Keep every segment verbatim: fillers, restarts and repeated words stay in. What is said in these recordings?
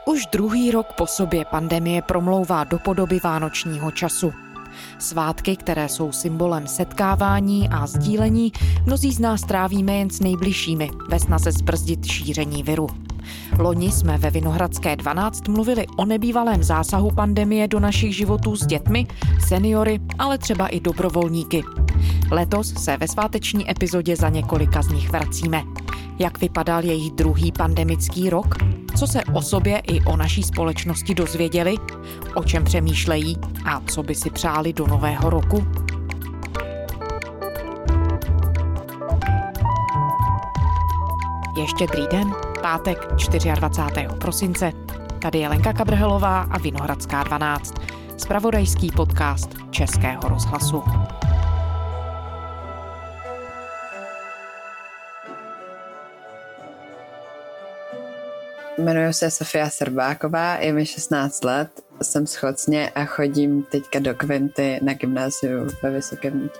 Už druhý rok po sobě pandemie promlouvá do podoby vánočního času. Svátky, které jsou symbolem setkávání a sdílení, mnozí z nás trávíme jen s nejbližšími ve snaze zbrzdit šíření viru. Loni jsme ve Vinohradské dvanáct mluvili o nebývalém zásahu pandemie do našich životů s dětmi, seniory, ale třeba i dobrovolníky. Letos se ve sváteční epizodě za několika z nich vracíme. Jak vypadal jejich druhý pandemický rok? Co se o sobě i o naší společnosti dozvěděli? O čem přemýšlejí a co by si přáli do nového roku? Je Štědrý den, pátek dvacátého čtvrtého prosince. Tady je Lenka Kabrhelová a Vinohradská dvanáct, zpravodajský podcast Českého rozhlasu. Jmenuji se Sofia Srbáková, je mi šestnáct let, jsem z Chocně a chodím teďka do Kvinty na gymnáziu ve Vysokém Mýtě.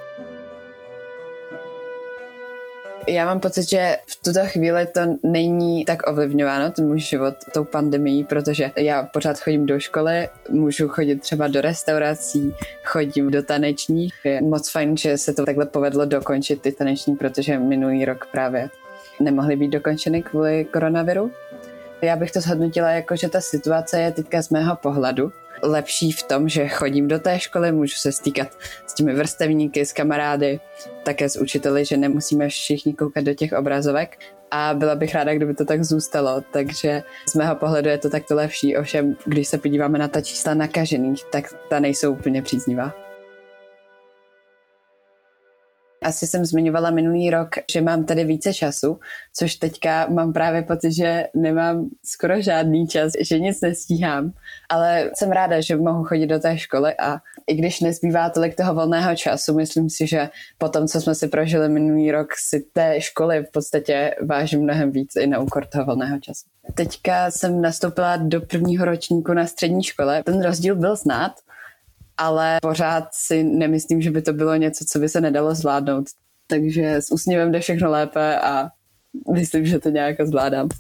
Já mám pocit, že v tuto chvíli to není tak ovlivňováno, ten můj život, tou pandemií, protože já pořád chodím do školy, můžu chodit třeba do restaurací, chodím do tanečních. Je moc fajn, že se to takhle povedlo dokončit ty taneční, protože minulý rok právě nemohly být dokončeny kvůli koronaviru. Já bych to shodnotila jako, že ta situace je teďka z mého pohledu lepší v tom, že chodím do té školy, můžu se stýkat s těmi vrstevníky, s kamarády, také s učiteli, že nemusíme všichni koukat do těch obrazovek a byla bych ráda, kdyby to tak zůstalo, takže z mého pohledu je to takto lepší, ovšem když se podíváme na ta čísla nakažených, tak ta nejsou úplně příznivá. Asi jsem zmiňovala minulý rok, že mám tady více času, což teďka mám právě pocit, že nemám skoro žádný čas, že nic nestíhám, ale jsem ráda, že mohu chodit do té školy a i když nezbývá tolik toho volného času, myslím si, že po tom, co jsme si prožili minulý rok, si té školy v podstatě vážím mnohem víc i na úkor toho volného času. Teďka jsem nastoupila do prvního ročníku na střední škole, ten rozdíl byl znát, ale pořád si nemyslím, že by to bylo něco, co by se nedalo zvládnout. Takže s úsměvem jde všechno lépe a myslím, že to nějak zvládám.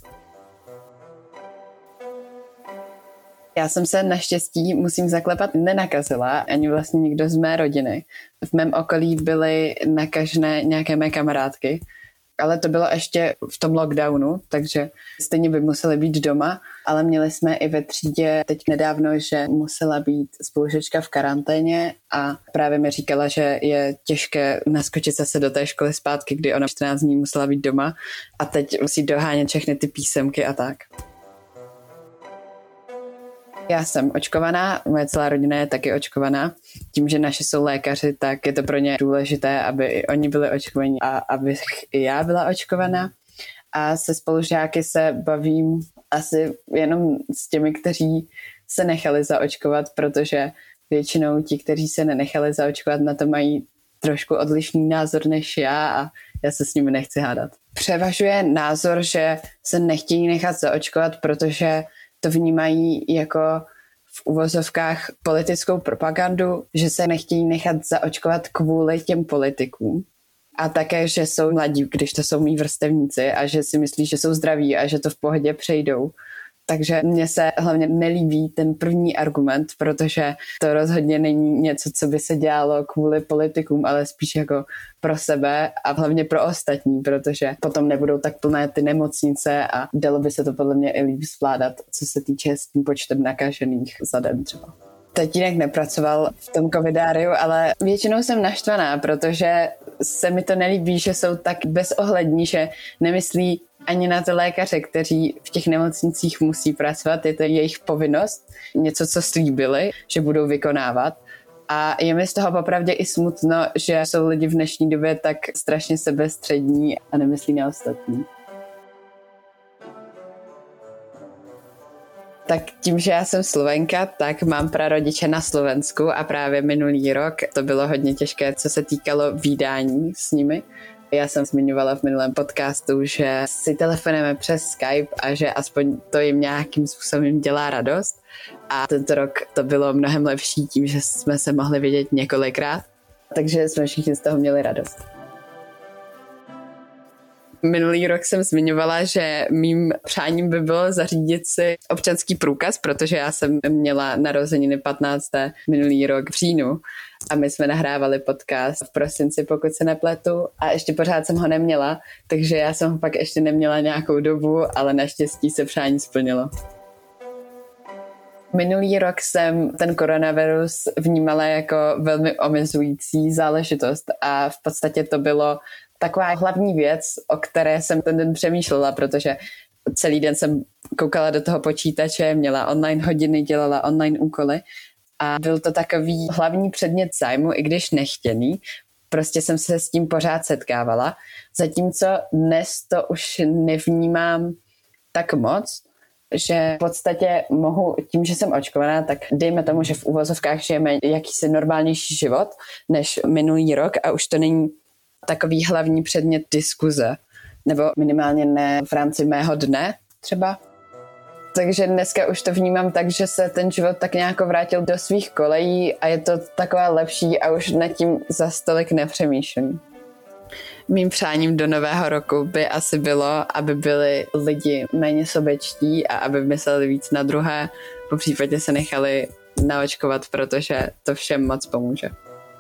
Já jsem se naštěstí, musím zaklepat, nenakazila ani vlastně nikdo z mé rodiny. V mém okolí byly nakažené nějaké mé kamarádky, ale to bylo ještě v tom lockdownu, takže stejně by museli být doma, ale měli jsme i ve třídě teď nedávno, že musela být spolužečka v karanténě a právě mi říkala, že je těžké naskočit zase do té školy zpátky, kdy ona čtrnáct dní musela být doma a teď musí dohánět všechny ty písemky a tak. Já jsem očkovaná, moje celá rodina je taky očkovaná. Tím, že naši jsou lékaři, tak je to pro ně důležité, aby i oni byli očkovaní a abych i já byla očkovaná. A se spolužáky se bavím asi jenom s těmi, kteří se nechali zaočkovat, protože většinou ti, kteří se nenechali zaočkovat, na to mají trošku odlišný názor než já a já se s nimi nechci hádat. Převažuje názor, že se nechtějí nechat zaočkovat, protože to vnímají jako v uvozovkách politickou propagandu, že se nechtějí nechat zaočkovat kvůli těm politikům. A také, že jsou mladí, když to jsou mý vrstevníci a že si myslí, že jsou zdraví a že to v pohodě přejdou. Takže mně se hlavně nelíbí ten první argument, protože to rozhodně není něco, co by se dělalo kvůli politikům, ale spíš jako pro sebe a hlavně pro ostatní, protože potom nebudou tak plné ty nemocnice a dalo by se to podle mě i líp zvládat, co se týče s tím počtem nakažených za den třeba. Tatínek nepracoval v tom covidáriu, ale většinou jsem naštvaná, protože se mi to nelíbí, že jsou tak bezohlední, že nemyslí ani na ty lékaře, kteří v těch nemocnicích musí pracovat, je to jejich povinnost, něco, co slíbili, že budou vykonávat. A je mi z toho popravdě i smutno, že jsou lidi v dnešní době tak strašně sebestřední a nemyslí na ostatní. Tak tím, že já jsem Slovenka, tak mám prarodiče na Slovensku a právě minulý rok to bylo hodně těžké, co se týkalo vídání s nimi. Já jsem zmiňovala v minulém podcastu, že si telefonujeme přes Skype a že aspoň to jim nějakým způsobem dělá radost. A tento rok to bylo mnohem lepší tím, že jsme se mohli vidět několikrát, takže jsme všichni z toho měli radost. Minulý rok jsem zmiňovala, že mým přáním by bylo zařídit si občanský průkaz, protože já jsem měla narozeniny patnácté minulý rok v říjnu a my jsme nahrávali podcast v prosinci, pokud se nepletu, a ještě pořád jsem ho neměla, takže já jsem ho pak ještě neměla nějakou dobu, ale naštěstí se přání splnilo. Minulý rok jsem ten koronavirus vnímala jako velmi omezující záležitost a v podstatě to bylo taková hlavní věc, o které jsem ten den přemýšlela, protože celý den jsem koukala do toho počítače, měla online hodiny, dělala online úkoly a byl to takový hlavní předmět zájmu, i když nechtěný. Prostě jsem se s tím pořád setkávala, zatímco dnes to už nevnímám tak moc, že v podstatě mohu, tím, že jsem očkovaná, tak dejme tomu, že v uvozovkách žijeme jakýsi normálnější život než minulý rok a už to není takový hlavní předmět diskuze, nebo minimálně ne v rámci mého dne třeba. Takže dneska už to vnímám tak, že se ten život tak nějak vrátil do svých kolejí a je to takové lepší a už nad tím za stolik nepřemýšlím. Mým přáním do nového roku by asi bylo, aby byli lidi méně sobečtí a aby mysleli víc na druhé, po případě se nechali naočkovat, protože to všem moc pomůže.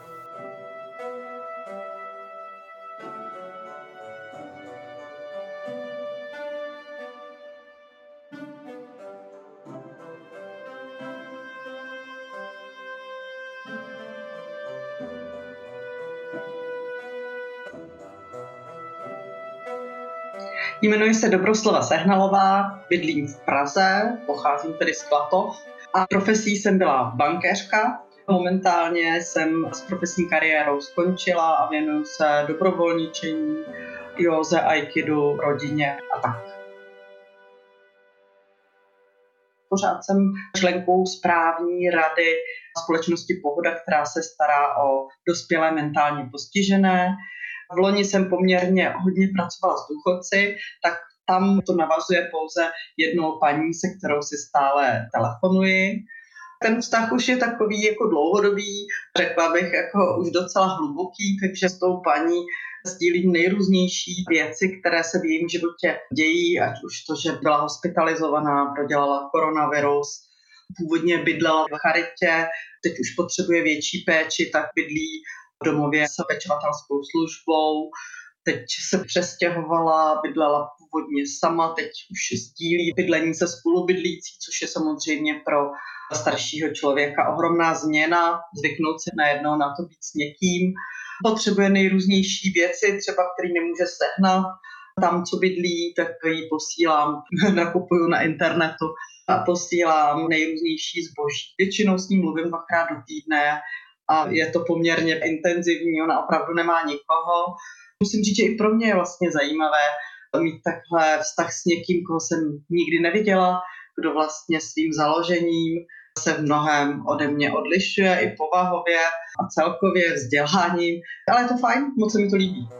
Jmenuji se Dobroslava Sehnalová, bydlím v Praze, pocházím tedy z Klatov a profesí jsem byla bankéřka. Momentálně jsem s profesní kariérou skončila a věnuju se dobrovolničení, józe, aikidu, rodině a tak. Pořád jsem členkou správní rady společnosti Pohoda, která se stará o dospělé mentálně postižené. V loni jsem poměrně hodně pracovala s důchodci, tak tam to navazuje pouze jednou paní, se kterou si stále telefonuji. Ten vztah už je takový jako dlouhodobý, řekla bych jako už docela hluboký, takže s tou paní sdílím nejrůznější věci, které se v jejím životě dějí, ať už to, že byla hospitalizovaná, prodělala koronavirus, původně bydlela v charitě, teď už potřebuje větší péči, tak bydlí v domově s pečovatelskou službou. Teď se přestěhovala, bydlela původně sama, teď už sdílí bydlení se spolubydlící, což je samozřejmě pro staršího člověka ohromná změna, zvyknout si najednou na to být s někým. Potřebuje nejrůznější věci, třeba který nemůže sehnat. Tam, co bydlí, tak ji posílám, nakupuju na internetu a posílám nejrůznější zboží. Většinou s ním mluvím dvakrát do týdne a je to poměrně intenzivní, ona opravdu nemá nikoho. Musím říct, že i pro mě je vlastně zajímavé mít takhle vztah s někým, koho jsem nikdy neviděla, kdo vlastně svým založením se v mnohém ode mě odlišuje i povahově a celkově vzděláním. Ale je to fajn, moc se mi to líbí.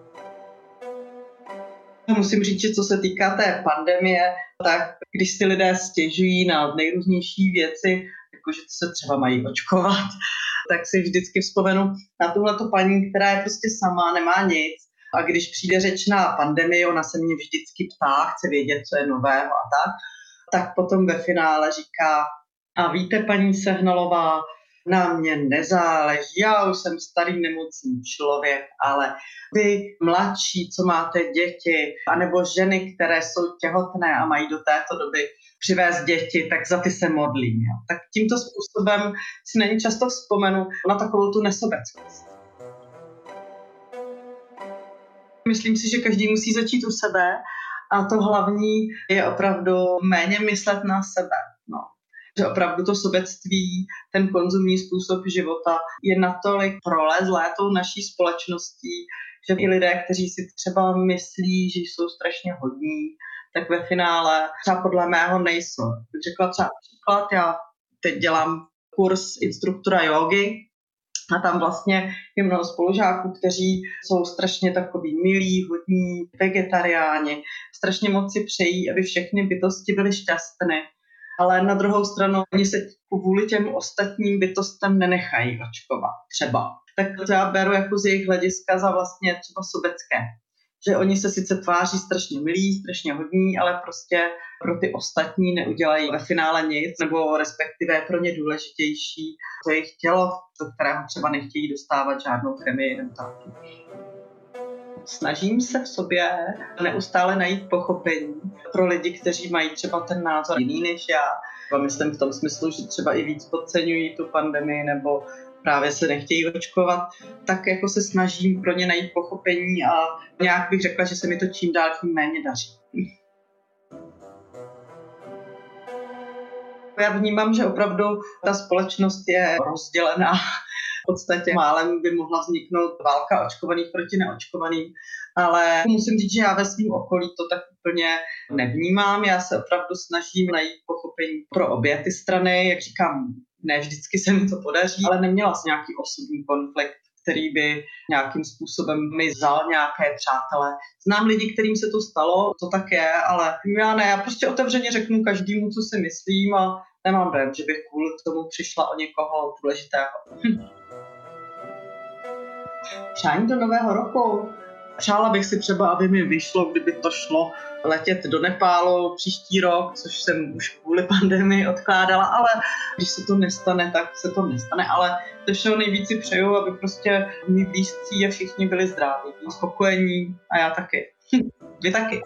Musím říct, že co se týká té pandemie, tak když si lidé stěžují na nejrůznější věci, jakože se třeba mají očkovat, tak si vždycky vzpomenu na tuhleto paní, která je prostě sama, nemá nic. A když přijde řeč na pandemii, ona se mě vždycky ptá, chce vědět, co je nového a tak, tak potom ve finále říká: a víte, paní Sehnalová, na mě nezáleží, já už jsem starý nemocný člověk, ale vy mladší, co máte děti, anebo ženy, které jsou těhotné a mají do této doby přivést děti, tak za ty se modlím. Jo. Tak tímto způsobem si na ní často vzpomenu na takovou tu nesobeckost. Myslím si, že každý musí začít u sebe a to hlavní je opravdu méně myslet na sebe. No. Že opravdu to sobectví, ten konzumní způsob života je natolik prolezlé tou naší společností, že i lidé, kteří si třeba myslí, že jsou strašně hodní, tak ve finále třeba podle mého nejsou. Bych řekla třeba příklad, já teď dělám kurz instruktora jógy a tam vlastně je mnoho spolužáků, kteří jsou strašně takový milí, hodní, vegetariáni, strašně moc si přejí, aby všechny bytosti byly šťastné. Ale na druhou stranu oni se kvůli těm ostatním bytostem nenechají očkovat třeba. Tak to já beru jako z jejich hlediska za vlastně třeba sobecké. že oni se sice tváří strašně milí, strašně hodní, ale prostě pro ty ostatní neudělají ve finále nic, nebo respektive pro ně důležitější to jejich tělo, do kterého třeba nechtějí dostávat žádnou chemii nebo tak. Snažím se v sobě neustále najít pochopení pro lidi, kteří mají třeba ten názor jiný než já. A myslím v tom smyslu, že třeba i víc podceňují tu pandemii nebo právě se nechtějí očkovat, tak jako se snažím pro ně najít pochopení a nějak bych řekla, že se mi to čím dál tím méně daří. Já vnímám, že opravdu ta společnost je rozdělená. V podstatě málem by mohla vzniknout válka očkovaných proti neočkovaným, ale musím říct, že já ve svém okolí to tak úplně nevnímám. Já se opravdu snažím najít pochopení pro obě ty strany. Jak říkám, ne vždycky se mi to podaří, ale neměla jsem nějaký osobní konflikt, který by nějakým způsobem mi vzal nějaké přátelé. Znám lidi, kterým se to stalo, to tak je, ale já ne, já prostě otevřeně řeknu každému, co si myslím a nemám dojem, že bych kvůli tomu přišla o někoho důležitého. Hm. Přání do nového roku. Přála bych si třeba, aby mi vyšlo, kdyby to šlo, letět do Nepálu příští rok, což jsem už kvůli pandemii odkládala, ale když se to nestane, tak se to nestane. Ale ze všeho nejvíc si přeju, aby prostě mý blízcí a všichni byli zdraví, spokojení a já taky. Vy taky.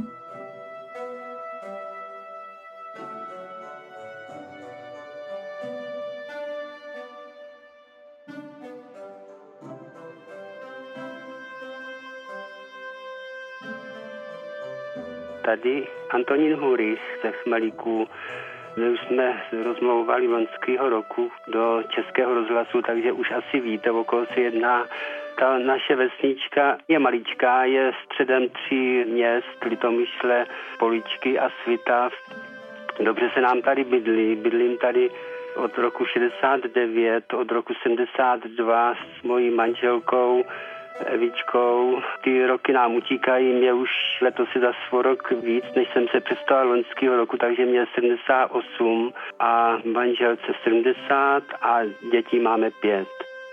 Tady Antonín Hurys ze Chmelíků. My už jsme rozmlouvali loňského roku do Českého rozhlasu, takže už asi víte, o koho se jedná. Ta naše vesnička je maličká, je středem tří měst, Litomyšle, Poličky a Svitav. Dobře se nám tady bydlí. Bydlím tady od roku šedesát devět, od roku sedmdesát dva s mojí manželkou Evičkou. Ty roky nám utíkají, mě už letos je zas o rok víc, než jsem se představil loňského roku, takže mě je sedmdesát osm a manželce sedmdesát a dětí máme pět.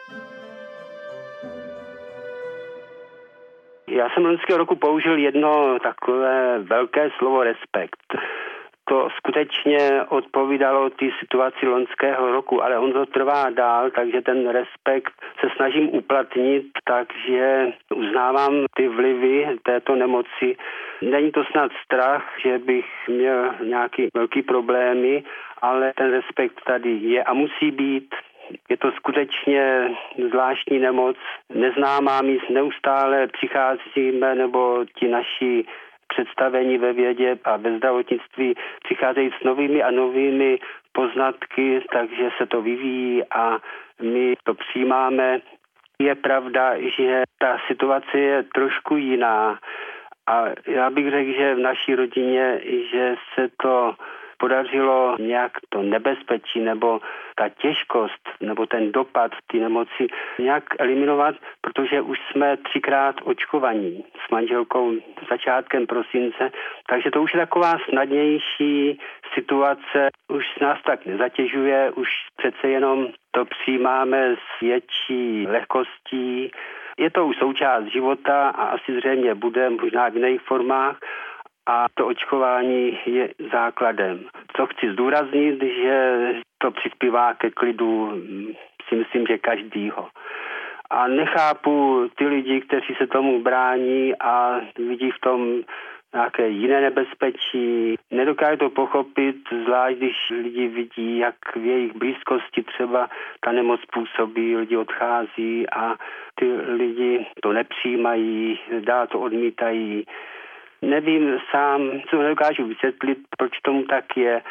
Já jsem loňského roku použil jedno takové velké slovo respekt. To skutečně odpovídalo té situaci loňského roku, ale on to trvá dál, takže ten respekt se snažím uplatnit, takže uznávám ty vlivy této nemoci. Není to snad strach, že bych měl nějaké velké problémy, ale ten respekt tady je a musí být. Je to skutečně zvláštní nemoc, neznámá, my neustále přicházíme, nebo ti naši představení ve vědě a ve zdravotnictví přicházejí s novými a novými poznatky, takže se to vyvíjí a my to přijímáme. Je pravda, že ta situace je trošku jiná a já bych řekl, že v naší rodině, že se to podařilo nějak to nebezpečí nebo ta těžkost nebo ten dopad té nemoci nějak eliminovat, protože už jsme třikrát očkovaní s manželkou začátkem prosince, takže to už je taková snadnější situace, už nás tak nezatěžuje, už přece jenom to přijímáme s větší lehkostí. Je to už součást života a asi zřejmě bude možná v jiných formách. A to očkování je základem. Co chci zdůraznit, že to přispívá ke klidu, si myslím, že každýho. A nechápu ty lidi, kteří se tomu brání a vidí v tom nějaké jiné nebezpečí. Nedokážu to pochopit, zvlášť když lidi vidí, jak v jejich blízkosti třeba ta nemoc působí, lidi odchází a ty lidi to nepřijímají, dál to odmítají. Nevím sám, co nedokážu vysvětlit, proč tomu tak je,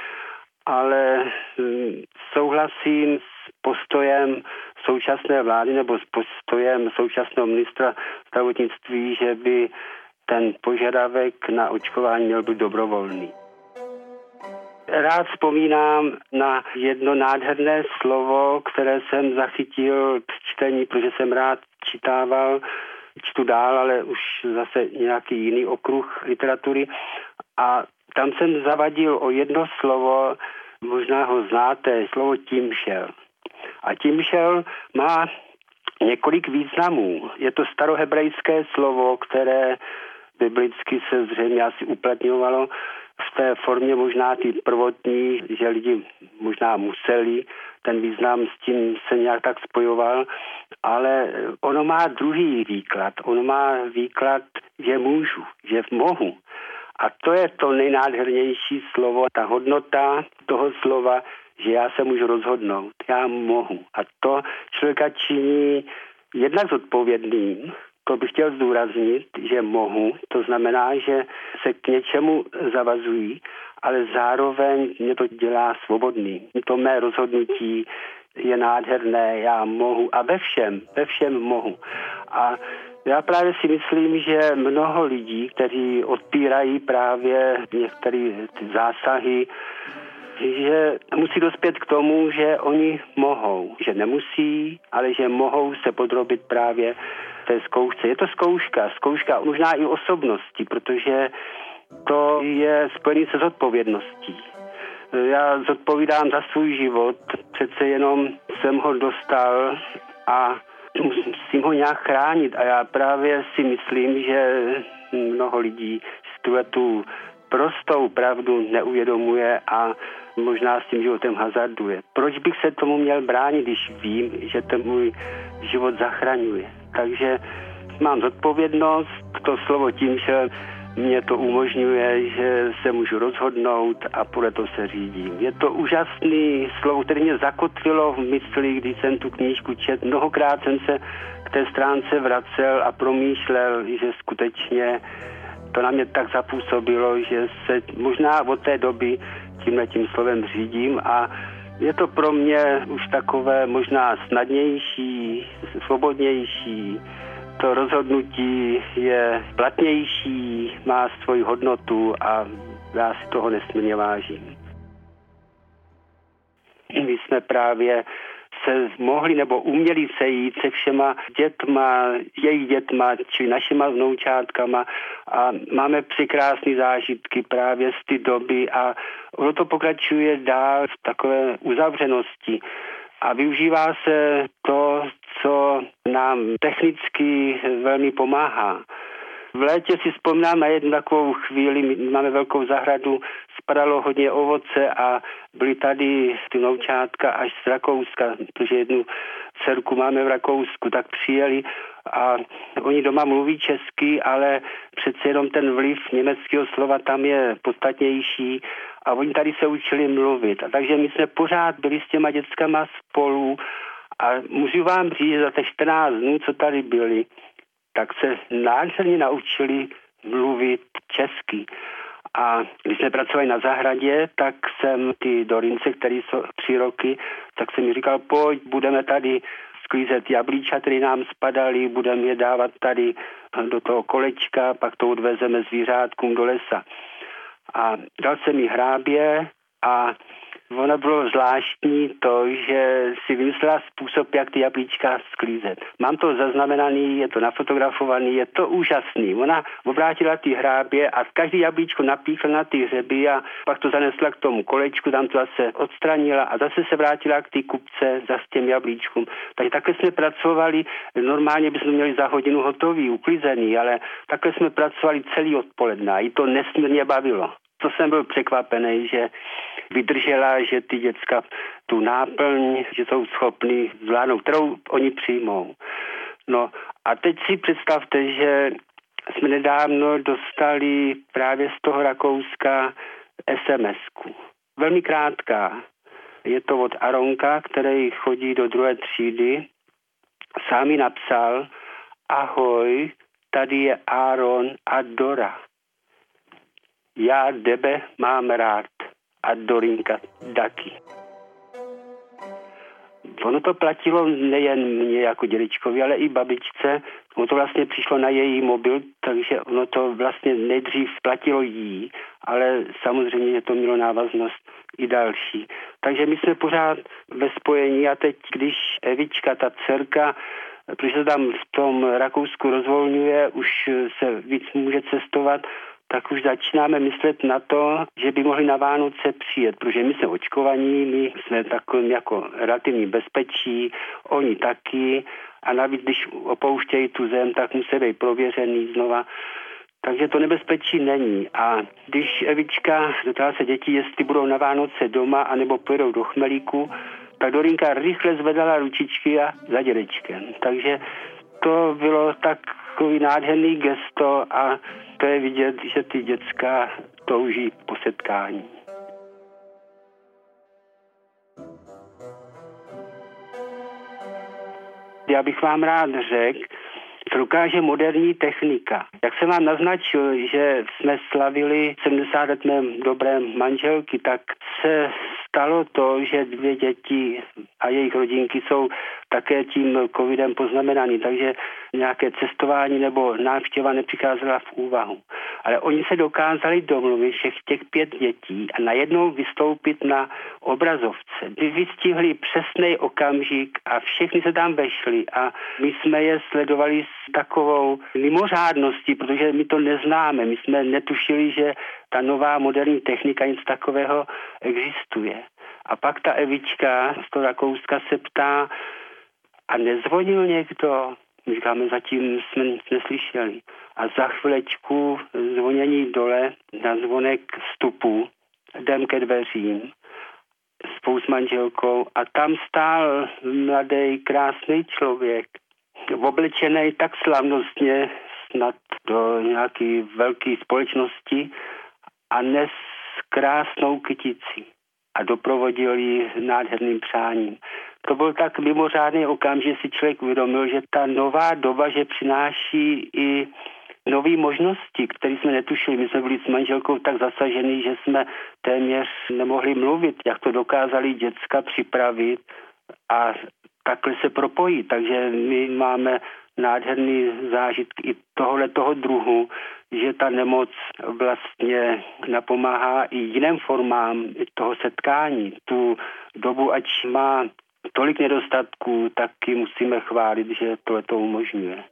ale souhlasím s postojem současné vlády nebo s postojem současného ministra zdravotnictví, že by ten požadavek na očkování měl být dobrovolný. Rád vzpomínám na jedno nádherné slovo, které jsem zachytil při čtení, protože jsem rád čitával. Čtu dál, ale už zase nějaký jiný okruh literatury. A tam jsem zavadil o jedno slovo, možná ho znáte, slovo tímšel. A tímšel má několik významů. Je to starohebrejské slovo, které biblicky se zřejmě asi uplatňovalo v té formě možná ty prvotní, že lidi možná museli, ten význam s tím se nějak tak spojoval, ale ono má druhý výklad. Ono má výklad, že můžu, že mohu. A to je to nejnádhernější slovo, ta hodnota toho slova, že já se můžu rozhodnout, já mohu. A to člověka činí jednak zodpovědným, to bych chtěl zdůraznit, že mohu, to znamená, že se k něčemu zavazují, ale zároveň mě to dělá svobodný. To mé rozhodnutí je nádherné, já mohu a ve všem, ve všem mohu. A já právě si myslím, že mnoho lidí, kteří odpírají právě některé zásahy, že musí dospět k tomu, že oni mohou, že nemusí, ale že mohou se podrobit právě té zkoušce. Je to zkouška, zkouška možná i osobnosti, protože to je spojené se zodpovědností. Já zodpovídám za svůj život, přece jenom jsem ho dostal a musím ho nějak chránit. A já právě si myslím, že mnoho lidí si tuhle tu prostou pravdu neuvědomuje a možná s tím životem hazarduje. Proč bych se tomu měl bránit, když vím, že ten můj život zachraňuje? Takže mám zodpovědnost, to slovo tím, že mě to umožňuje, že se můžu rozhodnout a podle toho se řídím. Je to úžasný slovo, které mě zakotvilo v mysli, když jsem tu knížku četl. Mnohokrát jsem se k té stránce vracel a promýšlel, že skutečně to na mě tak zapůsobilo, že se možná od té doby tímhletím slovem řídím a je to pro mě už takové možná snadnější, svobodnější. To rozhodnutí je platnější, má svoji hodnotu a já si toho nesmírně vážím. My jsme právě se mohli nebo uměli sejít se všema dětma, jejich dětma, či našima vnoučátkama a máme překrásné zážitky právě z té doby a ono to pokračuje dál v takové uzavřenosti. A využívá se to, co nám technicky velmi pomáhá. V létě si vzpomínám na jednu takovou chvíli, my máme velkou zahradu, spadalo hodně ovoce a byly tady ty vnoučátka až z Rakouska, protože jednu dcerku máme v Rakousku, tak přijeli a oni doma mluví česky, ale přece jenom ten vliv německého slova tam je podstatnější a oni tady se učili mluvit. A takže my jsme pořád byli s těma dětskama spolu a můžu vám říct, že za těch čtrnáct dnů, co tady byli, tak se nádherně naučili mluvit česky. A když jsme pracovali na zahradě, tak jsem ty Dorince, které jsou tři roky, tak jsem mi říkal, pojď, budeme tady sklízet jablíčka, které nám spadaly, budeme je dávat tady do toho kolečka, pak to odvezeme zvířátkům do lesa. A dal jsem jí hrábě a ono bylo zvláštní to, že si vymyslela způsob, jak ty jablíčka sklízet. Mám to zaznamenaný, je to nafotografovaný, je to úžasný. Ona obrátila ty hrábě a každý jablíčko napíchla na ty hřeby a pak to zanesla k tomu kolečku, tam to zase odstranila a zase se vrátila k té kupce za s těm jablíčkům. Takže takhle jsme pracovali, normálně bychom měli za hodinu hotový, uklizený, ale takhle jsme pracovali celý odpoledne a jí to nesmírně bavilo. To jsem byl překvapený, že vydržela, že ty děcka tu náplň, že jsou schopní zvládnout, kterou oni přijmou. No a teď si představte, že jsme nedávno dostali právě z toho Rakouska es em esku. Velmi krátká. Je to od Aronka, který chodí do druhé třídy. Sám mi napsal, ahoj, tady je Aaron a Dora. Já tebe mám rád a Dorinka taky. Ono to platilo nejen mě jako dědečkovi, ale i babičce. Ono to vlastně přišlo na její mobil, takže ono to vlastně nejdřív platilo jí, ale samozřejmě to mělo návaznost i další. Takže my jsme pořád ve spojení a teď, když Evička, ta dcerka, protože se tam v tom Rakousku rozvolňuje, už se víc může cestovat, tak už začínáme myslet na to, že by mohli na Vánoce přijet, protože my jsme očkovaní, my jsme takovým jako relativní bezpečí, oni taky a navíc, když opouštějí tu zem, tak musí být prověřený znova. Takže to nebezpečí není. A když Evička zeptala se dětí, jestli budou na Vánoce doma, anebo pojedou do Chmelíku, tak Dorinka rychle zvedala ručičky a za dědečkem. Takže to bylo takový nádherný gesto a to je vidět, že ty děcka touží po setkání. Já bych vám rád řekl, co dokáže moderní technika. Jak jsem vám naznačil, že jsme slavili sedmdesát let mé dobré manželky, tak se stalo to, že dvě děti a jejich rodinky jsou také tím covidem poznamenaný, takže nějaké cestování nebo návštěva nepřicházela v úvahu. Ale oni se dokázali domluvit, všech těch pět dětí a najednou vystoupit na obrazovce. Vystihli přesný okamžik a všechny se tam vešli a my jsme je sledovali s takovou mimořádností, protože my to neznáme. My jsme netušili, že ta nová moderní technika, nic takového existuje. A pak ta Evička z toho Rakouska se ptá, a nezvonil někdo? My říkáme, zatím jsme nic neslyšeli. A za chvilečku zvonění dole na zvonek vstupu, jdem ke dveřím spolu s manželkou a tam stál mladý, krásný člověk, oblečený tak slavnostně, snad do nějaké velké společnosti a nes krásnou kytici a doprovodil ji nádherným přáním. To byl tak mimořádný okamžik, že si člověk uvědomil, že ta nová doba, že přináší i nové možnosti, které jsme netušili. My jsme byli s manželkou tak zasažený, že jsme téměř nemohli mluvit, jak to dokázali děcka připravit a takhle se propojit. Takže my máme nádherný zážitky i tohle toho druhu, že ta nemoc vlastně napomáhá i jiným formám toho setkání. Tu dobu, ať má tolik nedostatků, taky musíme chválit, že tohle to umožňuje.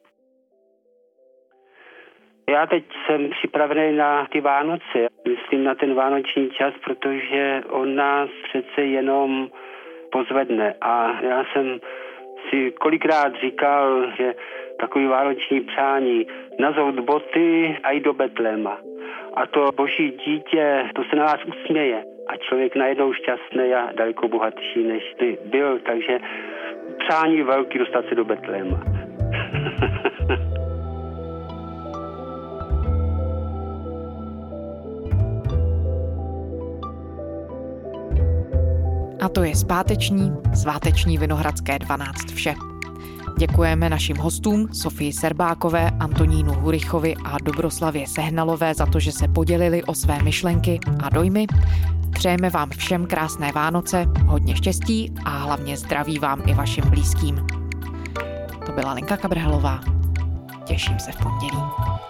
Já teď jsem připravený na ty Vánoce. Myslím na ten vánoční čas, protože on nás přece jenom pozvedne. A já jsem si kolikrát říkal, že takový vánoční přání nazout boty a jít do Betléma. A to boží dítě, to se na nás usměje. A člověk najednou šťastný a daleko bohatší, než ty byl. Takže přání velký dostat se do Betléma. A to je zpáteční, sváteční Vinohradské dvanáct vše. Děkujeme našim hostům Sofii Serbákové, Antonínu Hurichovi a Dobroslavě Sehnalové za to, že se podělili o své myšlenky a dojmy. Přejeme vám všem krásné Vánoce, hodně štěstí a hlavně zdraví vám i vašim blízkým. To byla Lenka Kabrhelová. Těším se v pondělí.